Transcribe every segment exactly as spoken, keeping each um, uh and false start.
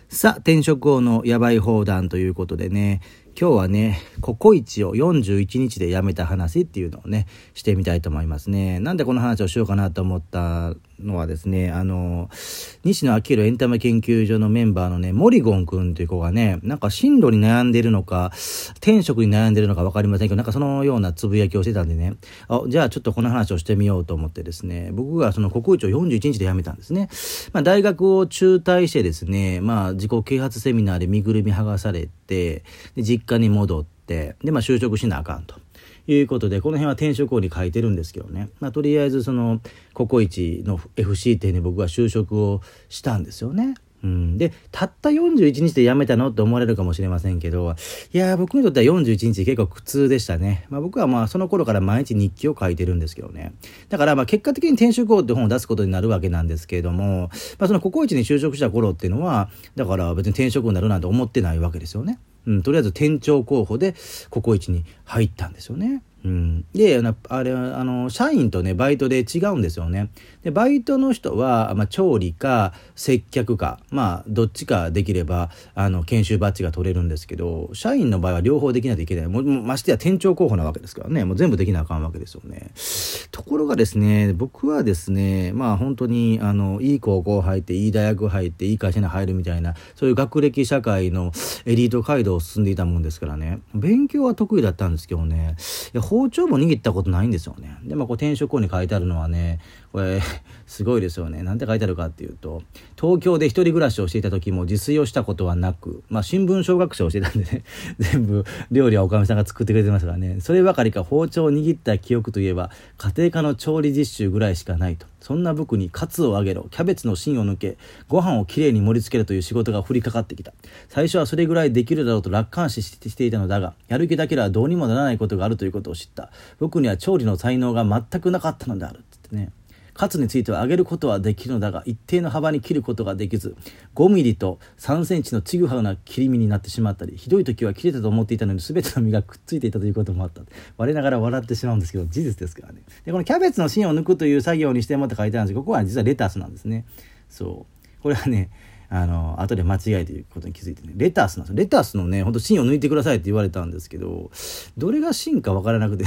さあ、転職王のやばい放談ということでね、今日はね、ココイチをよんじゅういちにちで辞めた話っていうのをね、してみたいと思いますね。なんでこの話をしようかなと思ったのはですね、あの、西野昭弘エンタメ研究所のメンバーのね、モリゴンくんという子がね、なんか進路に悩んでるのか、転職に悩んでるのか分かりませんけど、なんかそのようなつぶやきをしてたんでね、あ、じゃあちょっとこの話をしてみようと思ってですね、僕がそのココイチをよんじゅういちにちで辞めたんですね。まあ大学を中退してですね、まあ自己啓発セミナーで身ぐるみ剥がされて、で実家に戻って、でまあ就職しなあかんということで、この辺は転職王に書いてるんですけどね、まあ、とりあえずそのココイチの エフシー 店に僕は就職をしたんですよね。うん、でたったよんじゅういちにちで辞めたのって思われるかもしれませんけど、いや僕にとってはよんじゅういちにち結構苦痛でしたね。まあ、僕はまあその頃から毎日日記を書いてるんですけどね。だからまあ結果的に転職王って本を出すことになるわけなんですけれども、まあ、そのココイチに就職した頃っていうのはだから別に転職王になるなんて思ってないわけですよね。うん、とりあえず店長候補でココイチに入ったんですよね。うん、であれあの社員とねバイトで違うんですよね。でバイトの人は、まあ、調理か接客か、まあどっちかできればあの研修バッジが取れるんですけど、社員の場合は両方できないといけない。もうましてや店長候補なわけですからね、もう全部できなあかんわけですよね。ところがですね、僕はですね、まあ本当にあのいい高校入っていい大学入っていい会社に入るみたいな、そういう学歴社会のエリート街道を進んでいたもんですからね、勉強は得意だったんですけどね、いや包丁も握ったことないんですよね。でまあこう転職後に書いてあるのはね、これすごいですよね。なんて書いてあるかっていうと、東京で一人暮らしをしていた時も自炊をしたことはなく、まあ新聞小学生をしてたんでね、全部料理はおかみさんが作ってくれてますからね。そればかりか包丁を握った記憶といえば家庭科の調理実習ぐらいしかないと。そんな僕にカツを揚げろ、キャベツの芯を抜け、ご飯をきれいに盛り付けるという仕事が降りかかってきた。最初はそれぐらいできるだろうと楽観視していたのだが、やる気だけではどうにもならないことがあるということを知った。僕には調理の才能が全くなかったのであるってね。カツについては揚げることはできるのだが、一定の幅に切ることができず、ごミリとさんセンチのちぐはぐな切り身になってしまったり、ひどい時は切れたと思っていたのに全ての身がくっついていたということもあった。我ながら笑ってしまうんですけど、事実ですからね。でこのキャベツの芯を抜くという作業にしてもって書いてあるんですけど、ここは実はレタスなんですね。そうこれはね、あの後で間違いということに気づいてね、レタスなんですよ。レタスのね、ほんと芯を抜いてくださいって言われたんですけど、どれが芯か分からなくて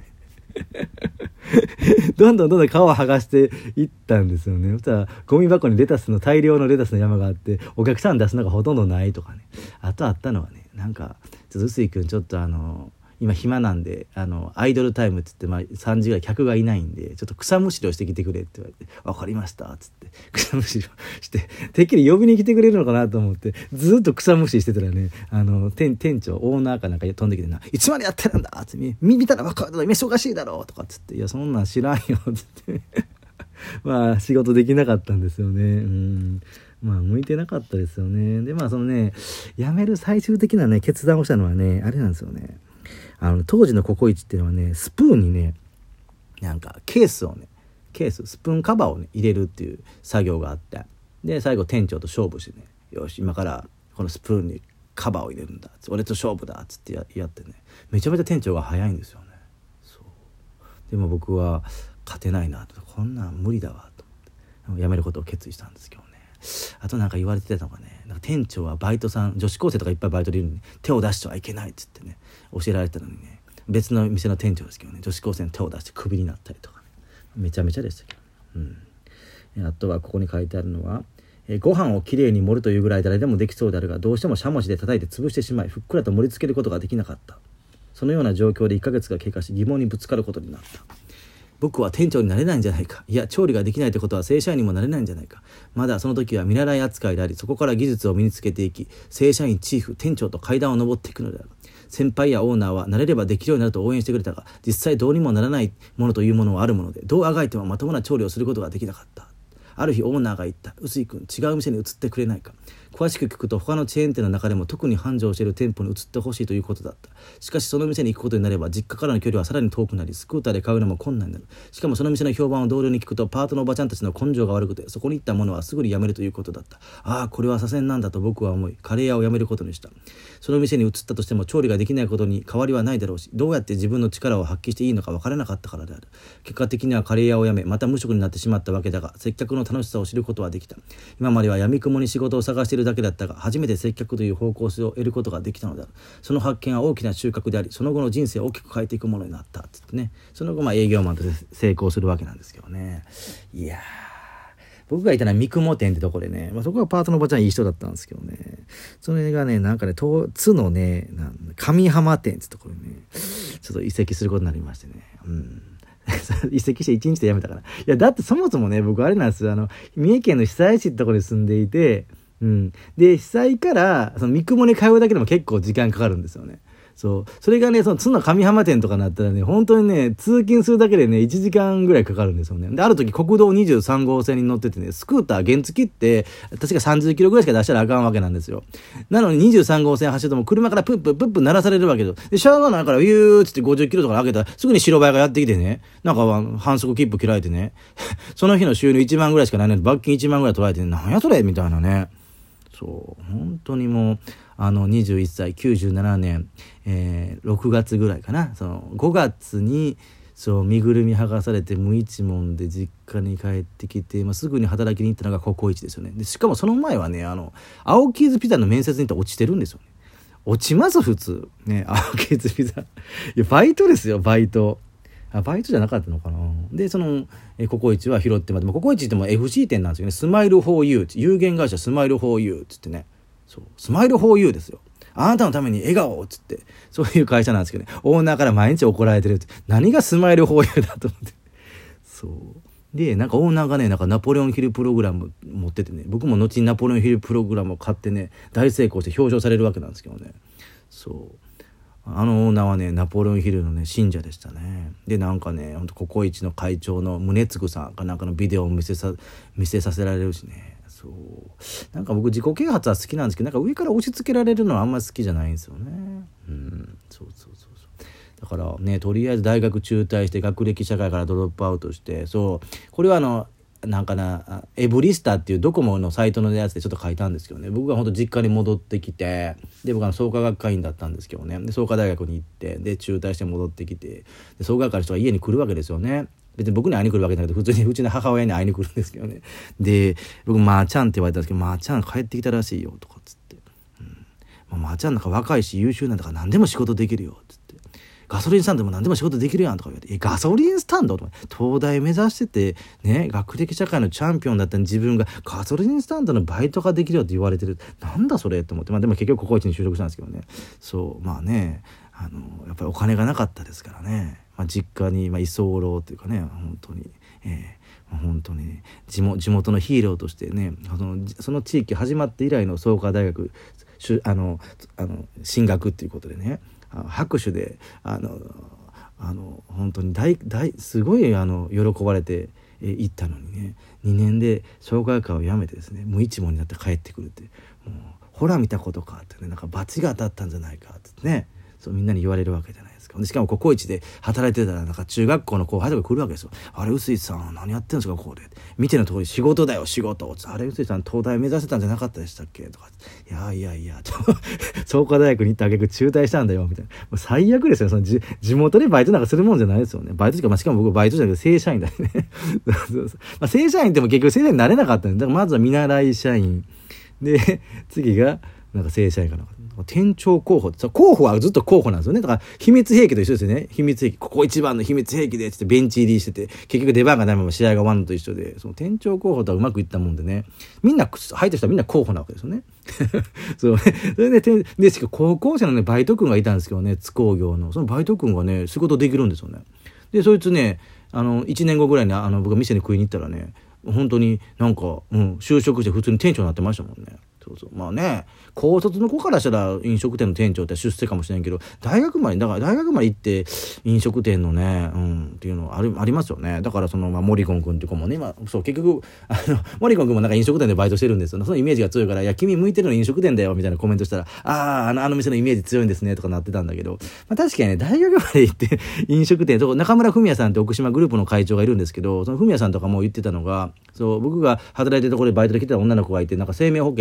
どんどんどんどん皮を剥がしていったんですよね。そしたらゴミ箱にレタスの大量のレタスの山があって、お客さん出すのがほとんどないとかね。あとあったのはね、なんかちょっと臼井君ちょっとあの今暇なんであのアイドルタイムっつって、まあ、さんじぐらい客がいないんでちょっと草むしりをしてきてくれって言われて、分かりましたっつって草むしりをしててっきり呼びに来てくれるのかなと思ってずっと草むしりしてたらね、あの 店, 店長オーナーかなんか飛んできてな、いつまでやってるんだっつって、見, 見たら分かるだろ、今忙しいだろとかっつって、いやそんなん知らんよっつってまあ仕事できなかったんですよね。うんまあ向いてなかったですよね。でまあそのね、辞める最終的なね決断をしたのはね、あれなんですよね。あの当時のココイチっていうのはね、スプーンにねなんかケースをねケーススプーンカバーをね入れるっていう作業があって、で最後店長と勝負してね、よし今からこのスプーンにカバーを入れるんだ、俺と勝負だっつって や, やってね、めちゃめちゃ店長が早いんですよね。そうでも僕は勝てないなと、こんなん無理だわと思って辞めることを決意したんですけどね。あとなんか言われてたのがね、なんか店長はバイトさん、女子高生とかいっぱいバイトでいるのに手を出してはいけないっつってね教えられたのにね、別の店の店長ですけどね、女子高生の手を出してクビになったりとか、ね、めちゃめちゃでしたけど、ね、うん、あとはここに書いてあるのは、えー、ご飯をきれいに盛るというぐらい誰でもできそうであるが、どうしてもしゃもじで叩いて潰してしまい、ふっくらと盛り付けることができなかった。そのような状況でいっかげつが経過し、疑問にぶつかることになった。僕は店長になれないんじゃないか、いや調理ができないってことは正社員にもなれないんじゃないか、まだその時は見習い扱いであり、そこから技術を身につけていき、正社員、チーフ、店長と階段を上っていくのである。先輩やオーナーはなれればできるようになると応援してくれたが、実際どうにもならないものというものはあるもので、どうあがいてもまともな調理をすることができなかった。ある日オーナーが言った。臼井君、違う店に移ってくれないか。詳しく聞くと他のチェーン店の中でも特に繁盛している店舗に移ってほしいということだった。しかしその店に行くことになれば実家からの距離はさらに遠くなり、スクーターで買うのも困難になる。しかもその店の評判を同僚に聞くと、パートのおばちゃんたちの根性が悪くて、そこに行った者はすぐに辞めるということだった。ああこれは左遷なんだと僕は思い、カレー屋を辞めることにした。その店に移ったとしても調理ができないことに変わりはないだろうし、どうやって自分の力を発揮していいのか分からなかったからである。結果的にはカレー屋を辞め、また無職になってしまったわけだが、接客の楽しさを知ることはできた。今までは闇雲に仕事を探しているるだけだったが、初めて接客という方向性を得ることができたのである。その発見は大きな収穫であり、その後の人生を大きく変えていくものになったつってね。その後まあ営業マンとして成功するわけなんですけどね。いやー、僕がいたのは三雲店ってとこでね、まあ、そこはパートのおばちゃんいい人だったんですけどね、それがねなんかね津のね上浜店ってところにねちょっと移籍することになりましてね、うん移籍していちにちで辞めたから。いやだってそもそもね僕あれなんですよ、あの三重県の久石ってところに住んでいて、うん、で被災からその三雲に通うだけでも結構時間かかるんですよね。そうそれがねその津の上浜店とかになったらね本当にね通勤するだけでねいちじかんぐらいかかるんですよね。である時国道にじゅうさん号線に乗っててね、スクーター原付って確かさんじゅっキロぐらいしか出したらあかんわけなんですよ。なのににじゅうさん号線走るともう車からプッププップ鳴らされるわけで、シャワーがないからビューッつってごじゅっキロとか上げたらすぐに白バイがやってきてね、なんか反則切符切られてねその日の収入いちまんぐらいしかないのに罰金いちまんぐらい取られて、ね、なんやそれみたいなね。そう本当にもうあのにじゅういっさいきゅうじゅうななねん、えー、ろくがつぐらいかな、そのごがつにそう身ぐるみ剥がされて無一文で実家に帰ってきて、まあ、すぐに働きに行ったのがココイチですよね。でしかもその前はねあの青キーズピザの面接に行ったら落ちてるんですよね。落ちます普通ね、青キーズピザいやバイトですよバイト。あバイトじゃなかったのかな。でそのえココイチは拾ってまでもココイチっても エフシー 店なんですよね。スマイル フォー ユー 有限会社スマイル フォー ユー っつってね、そうスマイル フォー ユー ですよ。あなたのために笑顔っつってそういう会社なんですけどね、オーナーから毎日怒られてるって、何がスマイル フォー ユー だと思ってそうでなんかオーナーがねなんかナポレオンヒルプログラム持っててね、僕も後にナポレオンヒルプログラムを買ってね大成功して表彰されるわけなんですけどね。そうあのオーナーはねナポレオンヒルのね信者でしたね。でなんかねほんとココイチの会長の宗次さんかなんかのビデオを見せさ見せさせられるしね。そうなんか僕自己啓発は好きなんですけど、なんか上から押し付けられるのはあんまり好きじゃないんですよね。うんそうそうそうそうだからねとりあえず大学中退して学歴社会からドロップアウトして、そうこれはあのなんかなエブリスタっていうドコモのサイトのやつでちょっと書いたんですけどね、僕が本当実家に戻ってきて、で僕は創価学科員だったんですけどね、で創価大学に行ってで中退して戻ってきて、で創価学科の人が家に来るわけですよね。別に僕に会いに来るわけじゃなくて普通にうちの母親に会いに来るんですけどね。で僕まーちゃんって言われたんですけど、まーちゃん帰ってきたらしいよとかっつって、うん、まーちゃんなんか若いし優秀なんだから何でも仕事できるよっつって、ガソリンスタンドでも何でも仕事できるやんとか言われて、えガソリンスタンドとか東大目指しててね学歴社会のチャンピオンだった自分がガソリンスタンドのバイトができるよって言われてる、なんだそれと思って、まあでも結局ココイチに就職したんですけどね。そうまあねあのやっぱりお金がなかったですからね、まあ、実家に、まあ、居候というかね本当に、えー、本当に、ね、地元、地元のヒーローとしてねその、その地域始まって以来の創価大学あのあの進学っていうことでね拍手であのあの本当に大大すごいあの喜ばれて行ったのにね、にねんで創価学科を辞めてですね無一文になって帰ってくるって、もうほら見たことかってね、なんか罰が当たったんじゃないかってね、そうみんなに言われるわけじゃないですか。でしかもココイチで働いてたらなんか中学校の後輩とか来るわけですよ。あれ臼井さん何やってんですかここで、見ての通り仕事だよ仕事、あれ臼井さん東大目指してたんじゃなかったでしたっけとか、いやいやいや創価大学に行った挙句中退したんだよみたいな、もう最悪ですよ。その地元でバイトなんかするもんじゃないですよね。バイトしか、まあ、しかも僕バイトじゃなくて正社員だよねそうそう、まあ、正社員っても結局正社員になれなかったんで、だからまずは見習い社員で次がなんか正社員かな、店長候補って、候補はずっと候補なんですよね。だから秘密兵器と一緒ですよね。秘密兵器、ここ一番の秘密兵器でってベンチ入りしてて、結局出番がないまま試合が終わるのと一緒で、その店長候補とはうまくいったもんでね、みんな入ってる人はみんな候補なわけですよねそうね、それででしか高校生のねバイト君がいたんですけどね、津工業のそのバイト君がね仕事できるんですよね。でそいつねあのいちねんごぐらいにあの僕が店に食いに行ったらね、本当になんか、うん、就職して普通に店長になってましたもんね。そうそうまあね高卒の子からしたら飲食店の店長って出世かもしれないけど、大学までだから大学まで行って飲食店のね、うん、っていうのはあるありますよね。だからその、まあ、モリコン君って子もね、今そう結局あのモリコン君もなんか飲食店でバイトしてるんですよね。そのイメージが強いから、いや君向いてるの飲食店だよみたいなコメントしたら、あああのあの店のイメージ強いんですねとかなってたんだけど、まあ、確かにね大学まで行って飲食店と中村文也さんって奥島グループの会長がいるんですけど、その文也さんとかも言ってたのが、そう僕が働いてるところでバイトで来てた女の子がいて、なんか生命保険に就職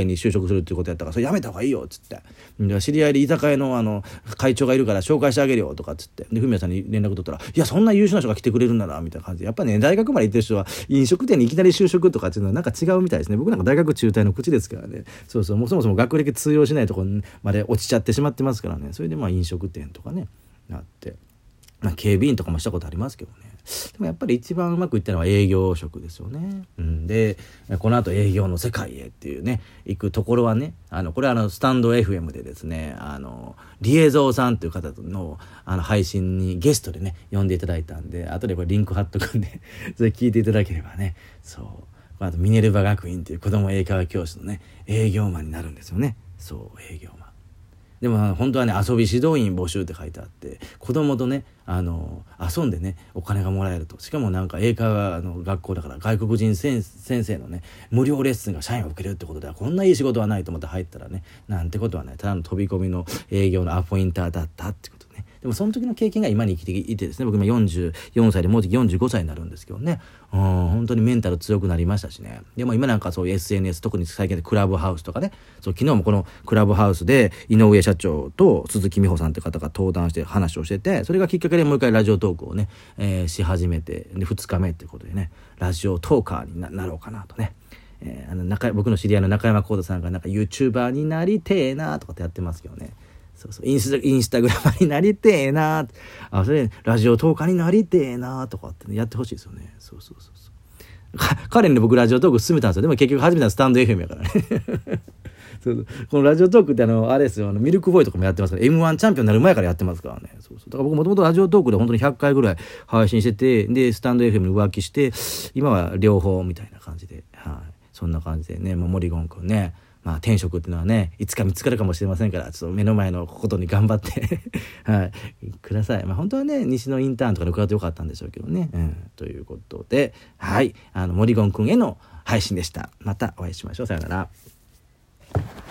職するっていうことやったからそれやめた方がいいよっつって、で知り合いで居酒屋のあの会長がいるから紹介してあげるよとかっつって、でフミヤさんに連絡取ったら、いやそんな優秀な人が来てくれるんだなみたいな感じで、やっぱね大学まで行ってる人は飲食店にいきなり就職とかっていうのはなんか違うみたいですね。僕なんか大学中退の口ですからね。そうそう、もうそもそも学歴通用しないところまで落ちちゃってしまってますからね。それでまあ飲食店とかねなって、まあ、警備員とかもしたことありますけどね。でもやっぱり一番うまくいったのは営業職ですよね。うん、でこの後営業の世界へっていうね行くところはね、あのこれはあのスタンド エフエム でですね、あのリエゾーさんという方のあの配信にゲストでね呼んでいただいたんで、後でこれリンク貼っとくんでそれ聞いていただければね。そうあとミネルヴァ学院という子ども英会話教師のね営業マンになるんですよね。そう営業マンでも本当はね遊び指導員募集って書いてあって、子供とねあの遊んでねお金がもらえると、しかもなんか英会話の学校だから外国人先生のね無料レッスンが社員を受けるってことではこんないい仕事はないと思って入ったらね、なんてことはない、ただの飛び込みの営業のアポインターだったってことね。でもその時の経験が今に生きていてですね、僕今よんじゅうよんさいでもうじきよんじゅうごさいになるんですけどね、うん本当にメンタル強くなりましたしね。でも今なんかそういう エスエヌエス、特に最近でクラブハウスとかね、そう昨日もこのクラブハウスで井上社長と鈴木美穂さんって方が登壇して話をしてて、それがきっかけでもう一回ラジオトークをね、えー、し始めて、でふつかめってことでねラジオトーカーに な, なろうかなとね、えー、あの中僕の知り合いの中山幸太さんがなんか YouTuber になりてえなとかってやってますけどね、そうそうインスタ、インスタグラマーになりてえな、あそれラジオトーカーになりてえなとかって、ね、やってほしいですよね。そうそうそうそう彼に僕ラジオトーク進めたんですよ。でも結局始めたのスタンド エフエム やからねそうそうこのラジオトークってあのあれですよ、あのミルクボーイとかもやってますから エムワン チャンピオンになる前からやってますからね。そうそうだから僕もともとラジオトークで本当にひゃっかいぐらい配信してて、でスタンド エフエム に浮気して今は両方みたいな感じで、はい、そんな感じでね、もう森ゴン君ね、まあ転職っていうのはねいつか見つかるかもしれませんから、ちょっと目の前のことに頑張ってはいください。まあ本当はね西のインターンとかで受かってよかったんでしょうけどね、うん、ということではいあの森ゴン君への配信でした。またお会いしましょう。さよなら。